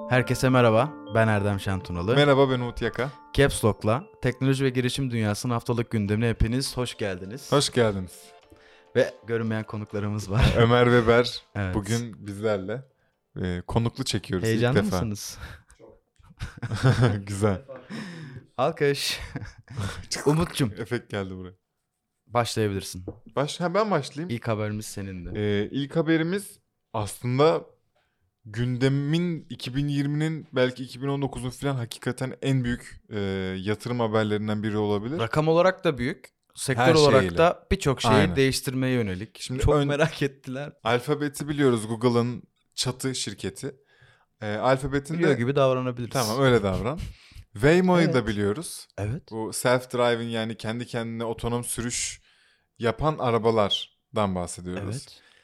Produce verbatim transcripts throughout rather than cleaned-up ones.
Herkese merhaba, ben Erdem Şantunalı. Merhaba, ben Umut Yaka. Caps Lock'la teknoloji ve girişim dünyasının haftalık gündemine hepiniz hoş geldiniz. Hoş geldiniz. Ve görünmeyen konuklarımız var. Ömer Weber Evet. bugün bizlerle e, konuklu çekiyoruz Heyecanlı ilk defa. mısınız? Güzel. Alkış. Umut'cum Efekt geldi buraya. başlayabilirsin. Baş, ha, ben başlayayım. İlk haberimiz senindi. Ee, ilk haberimiz aslında gündemin iki bin yirminin belki iki bin on dokuzun falan hakikaten en büyük e, yatırım haberlerinden biri olabilir. Rakam olarak da büyük. Sektör Her olarak şeyle. da birçok şeyi Aynen. değiştirmeye yönelik. Şimdi Çok ön- merak ettiler. Alphabet'i biliyoruz, Google'ın çatı şirketi. E, Alphabet'in Biliyor de... gibi davranabiliriz. Tamam, öyle davran. Waymo'yu Evet. da biliyoruz. Evet. Bu self-driving, yani kendi kendine otonom sürüş yapan arabalardan bahsediyoruz.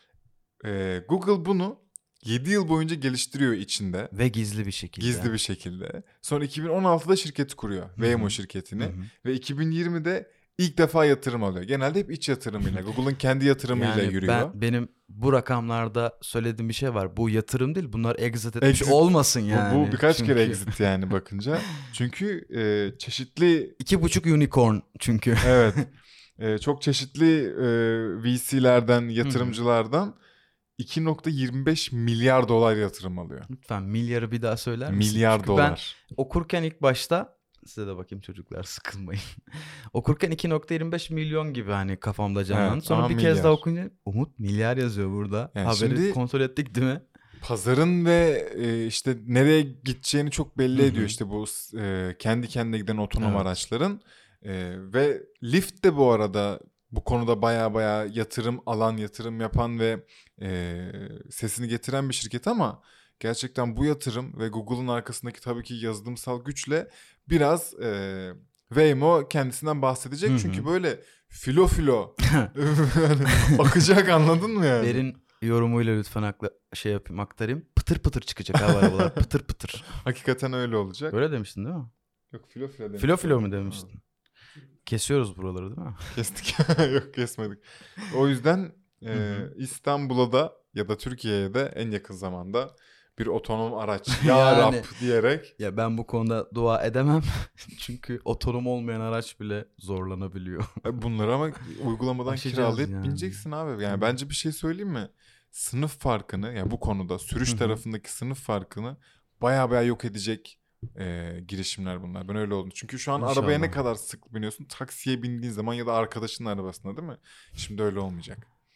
Evet. Ee, Google bunu yedi yıl boyunca geliştiriyor içinde. Ve gizli bir şekilde. Gizli bir şekilde. Sonra iki bin on altıda şirketi kuruyor. Waymo şirketini. Hı hı. Ve iki bin yirmide ilk defa yatırım alıyor. Genelde hep iç yatırımıyla. Google'ın kendi yatırımıyla Yani yürüyor. ben, benim bu rakamlarda söylediğim bir şey var. Bu yatırım değil, bunlar exit etmiş Exit. olmasın Bu- yani. Bu, birkaç Çünkü kere exit yani bakınca. Çünkü e, çeşitli... İki buçuk unicorn çünkü. Evet. Ee, çok çeşitli e, V C'lerden, yatırımcılardan iki nokta yirmi beş milyar dolar yatırım alıyor. Lütfen milyarı bir daha söyler misin? Milyar Çünkü dolar. ben okurken ilk başta, size de bakayım çocuklar sıkılmayın. Okurken iki nokta yirmi beş milyon gibi hani kafamda canlandı. Evet, Sonra ama bir milyar. kez daha okuyunca Umut milyar yazıyor burada. Yani Haberi şimdi- kontrol ettik değil mi? Pazarın ve e, işte nereye gideceğini çok belli Hı hı. ediyor işte bu e, kendi kendine giden otonom Evet. araçların. E, ve Lyft de bu arada bu konuda baya baya yatırım alan, yatırım yapan ve e, sesini getiren bir şirket, ama gerçekten bu yatırım ve Google'ın arkasındaki tabii ki yazılımsal güçle biraz e, Waymo kendisinden bahsedecek. Hı hı. Çünkü böyle filo filo yani akacak, anladın mı yani? Derin yorumuyla lütfen akla, şey yapayım aktarayım. Pıtır pıtır çıkacak abi arabalar. Pıtır pıtır. Hakikaten öyle olacak. Böyle demiştin değil mi? Yok, filo filo demiştim. Filo filo mu demiştin? Kesiyoruz buraları değil mi? Kestik. Yok, kesmedik. O yüzden e, Hı hı. İstanbul'a da ya da Türkiye'ye de en yakın zamanda bir otonom araç ya Yani- Rab diyerek Ya ben bu konuda dua edemem. Çünkü otonom olmayan araç bile zorlanabiliyor. e, bunları ama uygulamadan Aşacağız kiralayıp yani. bineceksin abi. Yani Hı. bence bir şey söyleyeyim mi? Sınıf farkını, yani bu konuda sürüş Hı hı. tarafındaki sınıf farkını baya baya yok edecek e, girişimler bunlar. Ben öyle oldum. Çünkü şu an İnşallah. arabaya ne kadar sık biniyorsun? Taksiye bindiğin zaman ya da arkadaşının arabasına, değil mi? Şimdi öyle olmayacak.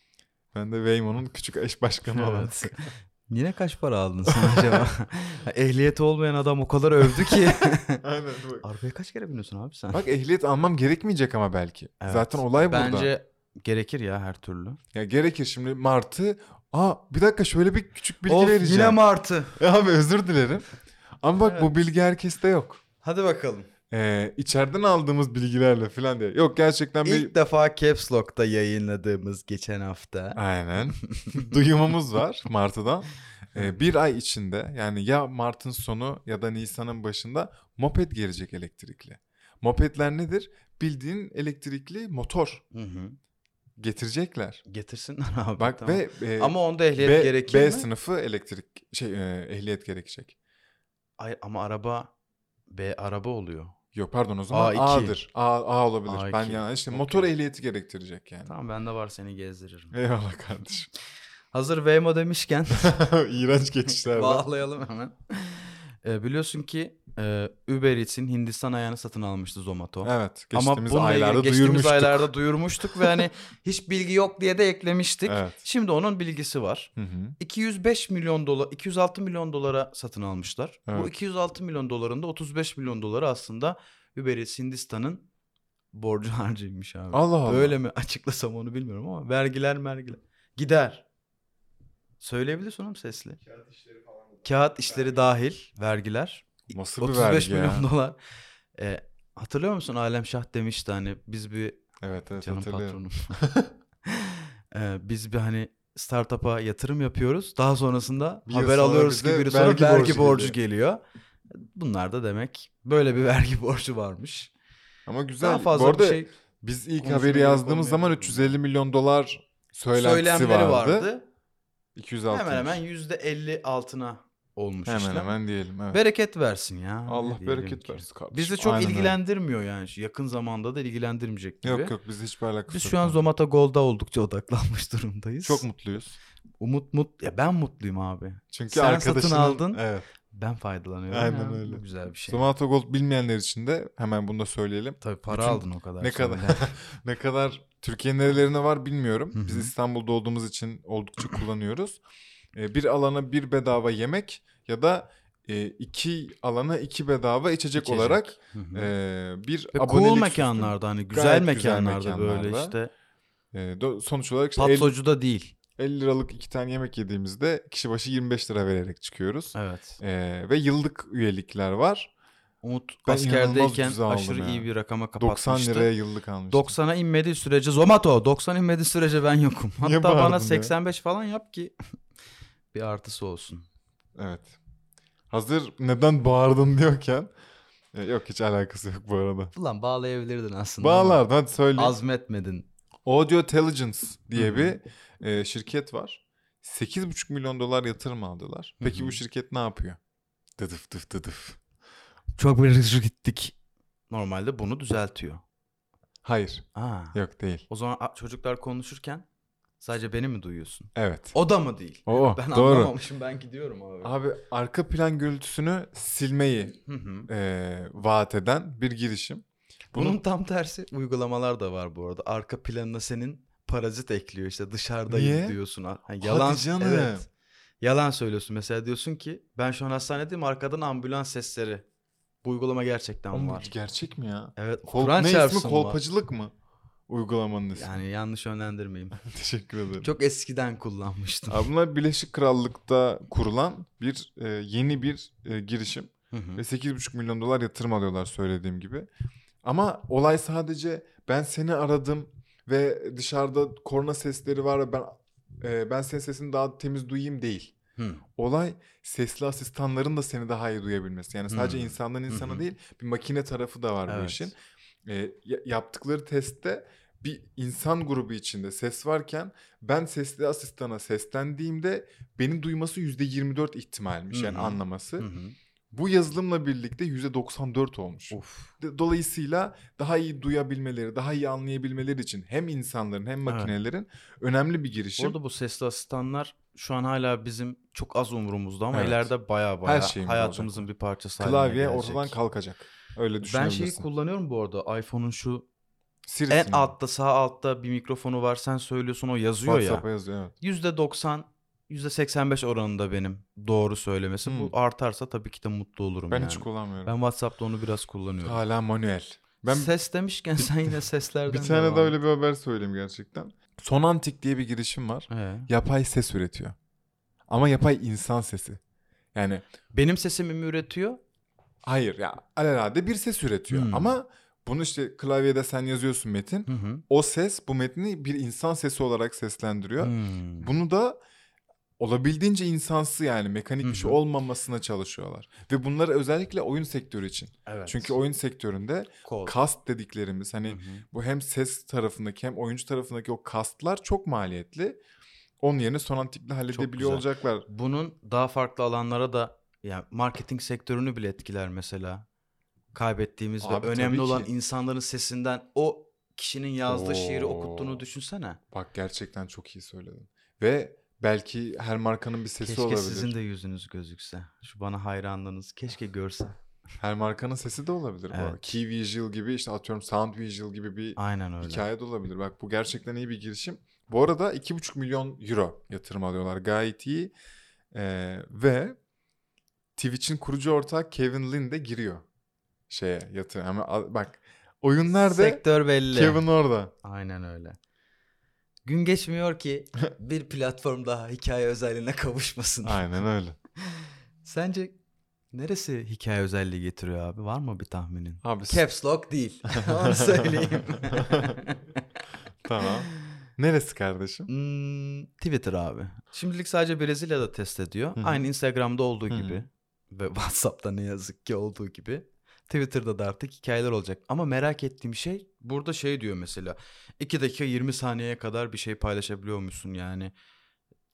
Ben de Waymo'nun küçük eş başkanı olarak. Evet. Yine kaç para aldın sen acaba? Ehliyeti olmayan adam o kadar övdü ki. Aynen. Bak. Arabaya kaç kere biniyorsun abi sen? Bak, ehliyet almam gerekmeyecek ama belki. Evet. Zaten olay burada. Bence gerekir ya her türlü. Ya gerekir şimdi Martı. Aa, bir dakika, şöyle bir küçük bilgi Of vereceğim. yine martı. Ya abi, özür dilerim. Ama bak, bu Evet. bilgi herkeste yok. Hadi bakalım. Ee, içeriden aldığımız bilgilerle falan diye. Yok, gerçekten bir... İlk defa Caps Lock'ta yayınladığımız geçen hafta. Aynen. Duyumumuz var Martı'dan. Ee, bir ay içinde, yani ya Mart'ın sonu ya da Nisan'ın başında moped gelecek elektrikli. Mopedler nedir? Bildiğin elektrikli motor Hı hı. getirecekler. Getirsinler abi. Bak tamam. ve e, Ama onda ehliyet B, gerekir B mi? sınıfı elektrik şey e, ehliyet gerekecek. Ay, ama araba B araba oluyor. Yok, pardon, o zaman A iki. A'dır. A, A olabilir. A iki. Ben yani işte Okey. motor ehliyeti gerektirecek yani. Tamam bende var, seni gezdiririm. Eyvallah kardeşim. Hazır Waymo demişken İğrenç geçişlerden. bağlayalım hemen. Ee, biliyorsun ki e, Uber Eats'in Hindistan ayağını satın almıştı Zomato. Evet, Ama geçtiğimiz bununla ilgili aylarda geçtiğimiz duyurmuştuk. aylarda duyurmuştuk ve hani hiç bilgi yok diye de eklemiştik. Evet. Şimdi onun bilgisi var. Hı hı. iki yüz beş milyon dolar, iki yüz altı milyon dolara satın almışlar. Bu Evet. iki yüz altı milyon dolarında otuz beş milyon doları aslında Uber Eats Hindistan'ın borcu harcıymış abi. Allah Allah. Böyle mi açıklasam onu bilmiyorum ama vergiler mergiler. Gider. Söyleyebilirsin oğlum sesli. Kağıt işleri falan da. Kağıt işleri dahil vergiler. Nasıl bir otuz beş vergi milyon ya? dolar. Ee, hatırlıyor musun Alem Şah demişti hani biz bir Evet, evet, canım hatırlıyorum. patronum. Ee, biz bir hani startup'a yatırım yapıyoruz. Daha sonrasında Bir yıl haber sonra alıyoruz bize ki biri sonra vergi vergi, borcu borcu geliyor. Bunlar da demek böyle bir vergi borcu varmış. Ama güzel. Daha fazla Bu arada bir şey biz ilk konuşmaya haberi gerek yazdığımız zaman olmayabilir. üç yüz elli milyon dolar söylentisi söylemleri vardı. vardı. iki yüz altı. Hemen hemen yüzde elli altına olmuş Hemen işlem. hemen diyelim. Evet. Bereket versin ya. ne Allah diyelim bereket ki. versin kardeşim. Bizi çok Aynen öyle. ilgilendirmiyor yani. Yakın zamanda da ilgilendirmeyecek gibi. Yok yok bizde hiçbir alakası Biz yok. şu an abi. Zomato Gold'a oldukça odaklanmış durumdayız. Çok mutluyuz. Umut mut ya ben mutluyum abi. Çünkü Sen satın arkadaşının aldın. Evet. Ben faydalanıyorum Aynen ya. öyle. Bu güzel bir şey. Zomato Gold bilmeyenler için de hemen bunu da söyleyelim. Tabii para Bütün- aldın o kadar. Ne sonra. kadar ne kadar Türkiye'nin nerelerine var bilmiyorum. Hı hı. Biz İstanbul'da olduğumuz için oldukça kullanıyoruz. Ee, bir alana bir bedava yemek ya da e, iki alana iki bedava içecek, İçecek. olarak Hı hı. e, bir Ve abonelik cool sistemi. mekanlarda hani güzel Gayet güzel mekanlarda böyle mekanlarda. işte. E, do- sonuç olarak işte el- Patsocu'da değil. elli liralık iki tane yemek yediğimizde kişi başı yirmi beş lira vererek çıkıyoruz. Evet. E, ve yıllık üyelikler var. Umut Ben inanılmaz askerdeyken ucuza aldım aşırı ya. iyi bir rakama doksan kapatmıştı. liraya yıllık almıştım. doksana inmediği sürece Zomato doksan inmediği sürece ben yokum. Niye Hatta bağırdın bana ya? seksen beş falan yap ki bir artısı olsun. Evet. Hazır neden bağırdın diyorken e, yok hiç alakası yok bu arada. Ulan bağlayabilirdin aslında ama Bağlardın hadi söyle. azmetmedin. Audio Intelligence diye Hı hı. bir e, şirket var. sekiz buçuk milyon dolar yatırım aldılar. Peki Hı hı. bu şirket ne yapıyor? Dıdıf dıf dıdıf. Çok bir gittik. Normalde bunu düzeltiyor. Hayır. Aa. Yok değil. O zaman a- çocuklar konuşurken sadece beni mi duyuyorsun? Evet. O da mı değil? O, Ben doğru. anlamamışım, ben gidiyorum abi. Abi arka plan gürültüsünü silmeyi Hı hı. e, vaat eden bir girişim. Bunun Bunun tam tersi uygulamalar da var bu arada. Arka planına senin parazit ekliyor, işte dışarıdayım Niye? diyorsun. Ha, Hadi yalan canım. Evet. Yalan söylüyorsun. Mesela diyorsun ki ben şu an hastanedeyim, arkadan ambulans sesleri. Bu uygulama gerçekten Oğlum bu var. gerçek mi ya? Evet. Kol, Kur'an ne çarpsın ismi? var. Kolpacılık mı? Uygulamanın ismi. Yani yanlış yönlendirmeyeyim. Teşekkür ederim. Çok eskiden kullanmıştım. Abi bunlar Birleşik Krallık'ta kurulan bir e, yeni bir e, girişim. Hı hı. Ve sekiz buçuk milyon dolar yatırım alıyorlar söylediğim gibi. Ama olay sadece ben seni aradım ve dışarıda korna sesleri var ve ben e, ben senin sesini daha temiz duyayım değil. Hı. Olay sesli asistanların da seni daha iyi duyabilmesi. Yani sadece Hmm. insandan insana Hı hı. değil bir makine tarafı da var bu Evet. işin. E, ya- yaptıkları testte bir insan grubu içinde ses varken ben sesli asistana seslendiğimde beni duyması yüzde yirmi dört ihtimalmiş yani Hı hı. anlaması. Hı hı. Bu yazılımla birlikte yüzde doksan dört olmuş. Of. D- Dolayısıyla daha iyi duyabilmeleri, daha iyi anlayabilmeleri için hem insanların hem makinelerin önemli bir girişim. Orada bu sesli asistanlar şu an hala bizim çok az umurumuzda ama Evet. ileride baya baya şeyimiz hayatımızın olacak. bir parçası haline Klavye gelecek. ortadan kalkacak. Öyle Ben düşünebilirsin. şeyi kullanıyorum bu arada. iPhone'un şu Siri'si en mi? altta, sağ altta bir mikrofonu var. Sen söylüyorsun, o yazıyor WhatsApp'a ya. yazıyor evet. yüzde doksan, yüzde seksen beş oranında benim doğru söylemesi. Hmm. Bu artarsa tabii ki de mutlu olurum Ben yani. hiç kullanmıyorum. Ben WhatsApp'ta onu biraz kullanıyorum. Hala manuel. Ben Ses demişken sen yine seslerden bir tane devam de et. öyle bir haber söyleyeyim gerçekten. Sonantic diye bir girişim var. Ee, Yapay ses üretiyor. Ama yapay insan sesi. Yani benim sesimi mi üretiyor? hayır ya alelade bir ses üretiyor. Hmm. Ama bunu işte klavyede sen yazıyorsun metin. Hı hı. O ses bu metni bir insan sesi olarak seslendiriyor. Hmm. Bunu da olabildiğince insansı yani mekanik Hı bir şey hı. olmamasına çalışıyorlar. Ve bunları özellikle oyun sektörü için. Evet. Çünkü oyun sektöründe Kod. cast dediklerimiz hani Hı hı. bu hem ses tarafındaki hem oyuncu tarafındaki o castlar çok maliyetli. Onun yerine Sonantic'le halledebiliyor güzel. olacaklar. Bunun daha farklı alanlara da, yani marketing sektörünü bile etkiler mesela. Kaybettiğimiz Abi ve önemli tabii olan ki. insanların sesinden o kişinin yazdığı şiiri Oo. okuttuğunu düşünsene. Bak gerçekten çok iyi söyledin. Ve belki her markanın bir sesi Keşke olabilir. sizin de yüzünüz gözükse. Şu bana hayranlığınız keşke görse. Her markanın sesi de olabilir bu arada. Evet. Key Visual gibi işte atıyorum Sound Visual gibi bir Aynen öyle. hikaye de olabilir. Bak bu gerçekten iyi bir girişim. Bu arada iki buçuk milyon euro yatırım alıyorlar. Gayet iyi. Ee, ve Twitch'in kurucu ortağı Kevin Lin de giriyor şeye yatırım. Ama a- bak oyunlarda Sektör belli. Kevin orada. Aynen öyle. Gün geçmiyor ki bir platform daha hikaye özelliğine kavuşmasın. Aynen öyle. Sence neresi hikaye özelliği getiriyor abi? Var mı bir tahminin? Abi Caps Lock değil. Onu söyleyeyim. tamam. Neresi kardeşim? Hmm, Twitter abi. Şimdilik sadece Brezilya'da test ediyor. Hı hı. Aynı Instagram'da olduğu Hı hı. gibi ve WhatsApp'ta ne yazık ki olduğu gibi Twitter'da da artık hikayeler olacak. Ama merak ettiğim şey, burada şey diyor mesela, iki dakika yirmi saniyeye kadar bir şey paylaşabiliyor musun yani?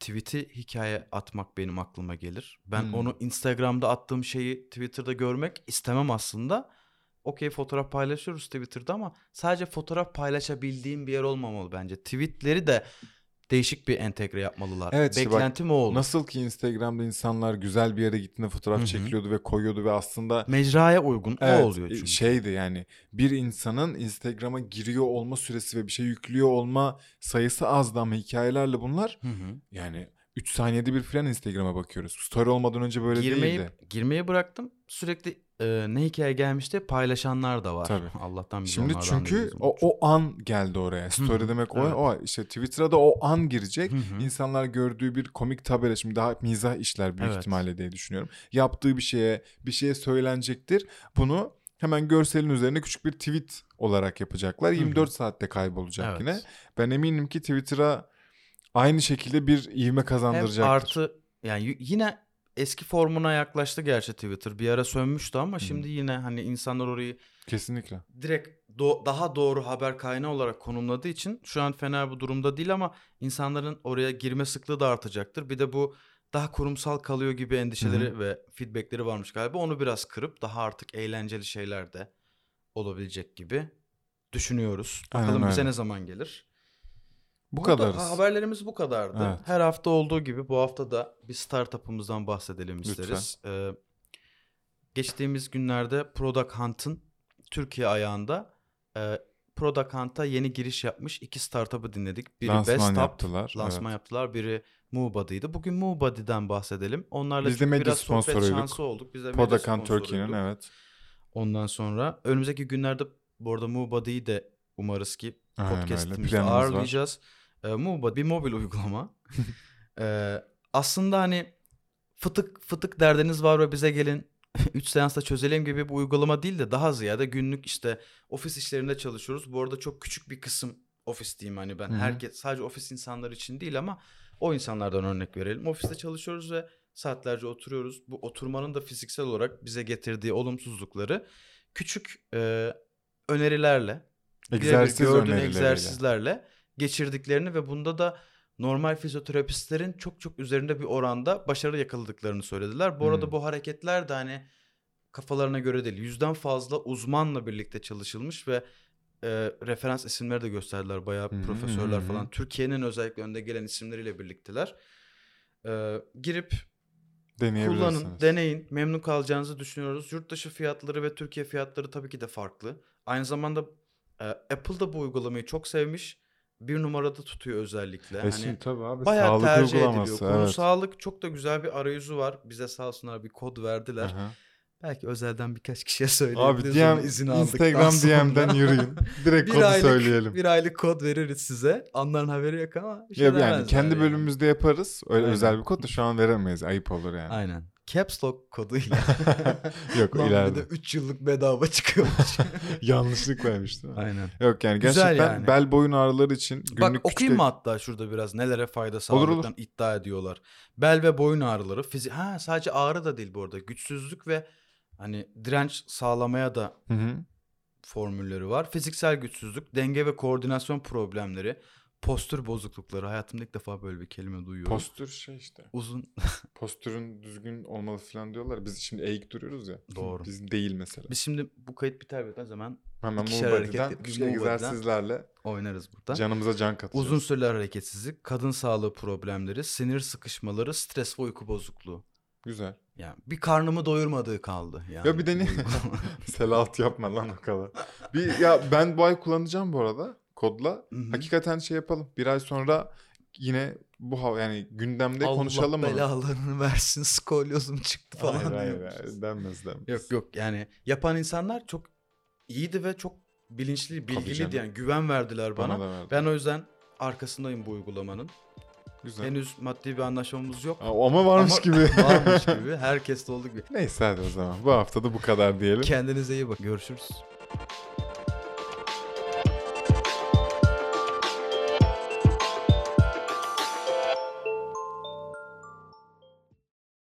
tweet'i hikaye atmak benim aklıma gelir. Ben Hmm. onu Instagram'da attığım şeyi Twitter'da görmek istemem aslında. Okey, fotoğraf paylaşıyoruz Twitter'da ama sadece fotoğraf paylaşabildiğim bir yer olmamalı bence. Tweet'leri de değişik bir entegre yapmalılar. Evet işte bak, Beklentim o olur. nasıl ki Instagram'da insanlar güzel bir yere gittiğinde fotoğraf Hı hı. çekiliyordu ve koyuyordu ve aslında Mecraya uygun evet, o oluyor çünkü. şeydi yani bir insanın Instagram'a giriyor olma süresi ve bir şey yüklüyor olma sayısı azdı ama hikayelerle bunlar Hı hı. yani üç saniyede bir falan Instagram'a bakıyoruz. Story olmadan önce böyle Girmeyi, değildi. girmeyi bıraktım. Sürekli e, ne hikaye gelmişti paylaşanlar da var. Tabii. Allah'tan biz Şimdi onlardan çünkü değiliz. o, o an geldi oraya. Story hı, demek o, evet. o işte Twitter'a da o an girecek. Hı hı. İnsanlar gördüğü bir komik tabela, şimdi daha mizah işler büyük Evet. ihtimalle diye düşünüyorum. Yaptığı bir şeye bir şeye söylenecektir. Bunu hemen görselin üzerine küçük bir tweet olarak yapacaklar. yirmi dört saatte kaybolacak Evet. yine. Ben eminim ki Twitter'a aynı şekilde bir ivme Hem kazandıracaktır. artı yani y- yine eski formuna yaklaştı gerçi Twitter. Bir ara sönmüştü ama Hı hı. şimdi yine hani insanlar orayı Kesinlikle. direkt do- daha doğru haber kaynağı olarak konumladığı için şu an fena bu durumda değil ama insanların oraya girme sıklığı da artacaktır. Bir de bu daha kurumsal kalıyor gibi endişeleri Hı ve feedbackleri varmış galiba. Onu biraz kırıp daha artık eğlenceli şeyler de olabilecek gibi düşünüyoruz. Aynen Bakalım bize öyle. ne zaman gelir. Bu Burada kadarız. haberlerimiz bu kadardı. Evet. Her hafta olduğu gibi bu hafta da bir startup'ımızdan bahsedelim Lütfen. isteriz. Ee, geçtiğimiz günlerde Product Hunt'ın Türkiye ayağında e, Product Hunt'a yeni giriş yapmış iki startup'ı dinledik. Biri Lansman Best Up, yaptılar. lansman Evet. yaptılar. Biri MoveBuddy'ydi. Bugün MoveBuddy'den bahsedelim. Onlarla Biz de çünkü medya biraz sohbet sponsoruyduk. şansı olduk. Biz de medya Product Hunt Turkey'nin sponsoruyduk. evet. Ondan sonra önümüzdeki günlerde bu arada MoveBuddy'yi de umarız ki Aynen öyle. podcast'imizde Planımız var. ağırlayacağız. Ee, MoveBuddy bir mobil uygulama. Ee, aslında hani fıtık fıtık derdiniz var ve bize gelin üç seansta çözelim gibi bir uygulama değil de daha ziyade günlük işte ofis işlerinde çalışıyoruz. Bu arada çok küçük bir kısım ofis diyeyim hani ben. Hı hı. Herkes sadece ofis insanları için değil ama o insanlardan örnek verelim. Ofiste çalışıyoruz ve saatlerce oturuyoruz. Bu oturmanın da fiziksel olarak bize getirdiği olumsuzlukları küçük e, önerilerle, birebir Egzersiz gördüğün önerileriyle. egzersizlerle geçirdiklerini ve bunda da normal fizyoterapistlerin çok çok üzerinde bir oranda başarı yakaladıklarını söylediler. Bu arada Hmm. bu hareketler de hani kafalarına göre değil. Yüzden fazla uzmanla birlikte çalışılmış ve e, referans isimleri de gösterdiler. Bayağı Hı hı, profesörler hı hı. falan. Türkiye'nin özellikle önde gelen isimleriyle birlikteler. E, girip Deneyebilirsiniz. kullanın, deneyin. Memnun kalacağınızı düşünüyoruz. Yurt dışı fiyatları ve Türkiye fiyatları tabii ki de farklı. Aynı zamanda e, Apple da bu uygulamayı çok sevmiş. Bir numarada tutuyor özellikle. E Hani şimdi tabii abi bayağı sağlık tercih uygulaması. ediliyor. Konu Evet. sağlık, çok da güzel bir arayüzü var. Bize sağ olsunlar bir kod verdiler. Aha. Belki özelden birkaç kişiye Abi söyleyebiliriz D onu M, izin aldıktan Instagram sonra. D M'den yürüyün. Direkt Bir kodu aylık, söyleyelim. bir aylık kod veririz size. Onların haberi yok ama bir şey Ya yani demezler kendi yani. bölümümüzde yaparız. Öyle Aynen. özel bir kod da şu an veremeyiz. Ayıp olur yani. Aynen. Caps Lock koduyla. Yok Lan bir ileride. de üç yıllık bedava çıkıyormuş. Yanlışlık vermiş değil mi? Aynen. Yok yani Güzel gerçekten yani. bel boyun ağrıları için günlük Bak küçük... okuyayım mı hatta şurada biraz nelere fayda Olur, sağladıklarını iddia ediyorlar. Bel ve boyun ağrıları. Fizi ha sadece ağrı da değil bu arada. Güçsüzlük ve hani direnç sağlamaya da Hı hı. formülleri var. Fiziksel güçsüzlük, denge ve koordinasyon problemleri, postür bozuklukları. Hayatımda ilk defa böyle bir kelime duyuyorum. Postür şey işte. Uzun. Postürün düzgün olmalı falan diyorlar. Biz şimdi eğik duruyoruz ya. Doğru. Biz değil mesela. Biz şimdi bu kayıt biter bitmez hemen Hemen ikişer MoveBuddy'den hareket- küçük bir MoveBuddy'den egzersizlerle oynarız burada. canımıza can katacağız. Uzun süreli hareketsizlik, kadın sağlığı problemleri, sinir sıkışmaları, stres ve uyku bozukluğu. Güzel. Yani bir karnımı doyurmadığı kaldı. Yani Ya bir de ne? bu uygulama. Selahat yapma lan o kadar. Bir, ya ben bu ay kullanacağım bu arada kodla. Hı hı. Hakikaten şey yapalım. Bir ay sonra yine bu hava yani gündemde Allah konuşalım bunu. belalarını versin, skolyozum çıktı falan Hayır hayır, diyormuşuz. hayır denmez denmez. Yok yok yani yapan insanlar çok iyiydi ve çok bilinçli, bilgiliydi canım. yani güven verdiler bana. Bana da verdi. Ben o yüzden arkasındayım bu uygulamanın. Güzel. Henüz maddi bir anlaşmamız yok. Aa, Ama varmış Ama gibi. varmış gibi. Herkes de olduğu gibi. Neyse hadi o zaman. Bu hafta da bu kadar diyelim. Kendinize iyi bakın. Görüşürüz.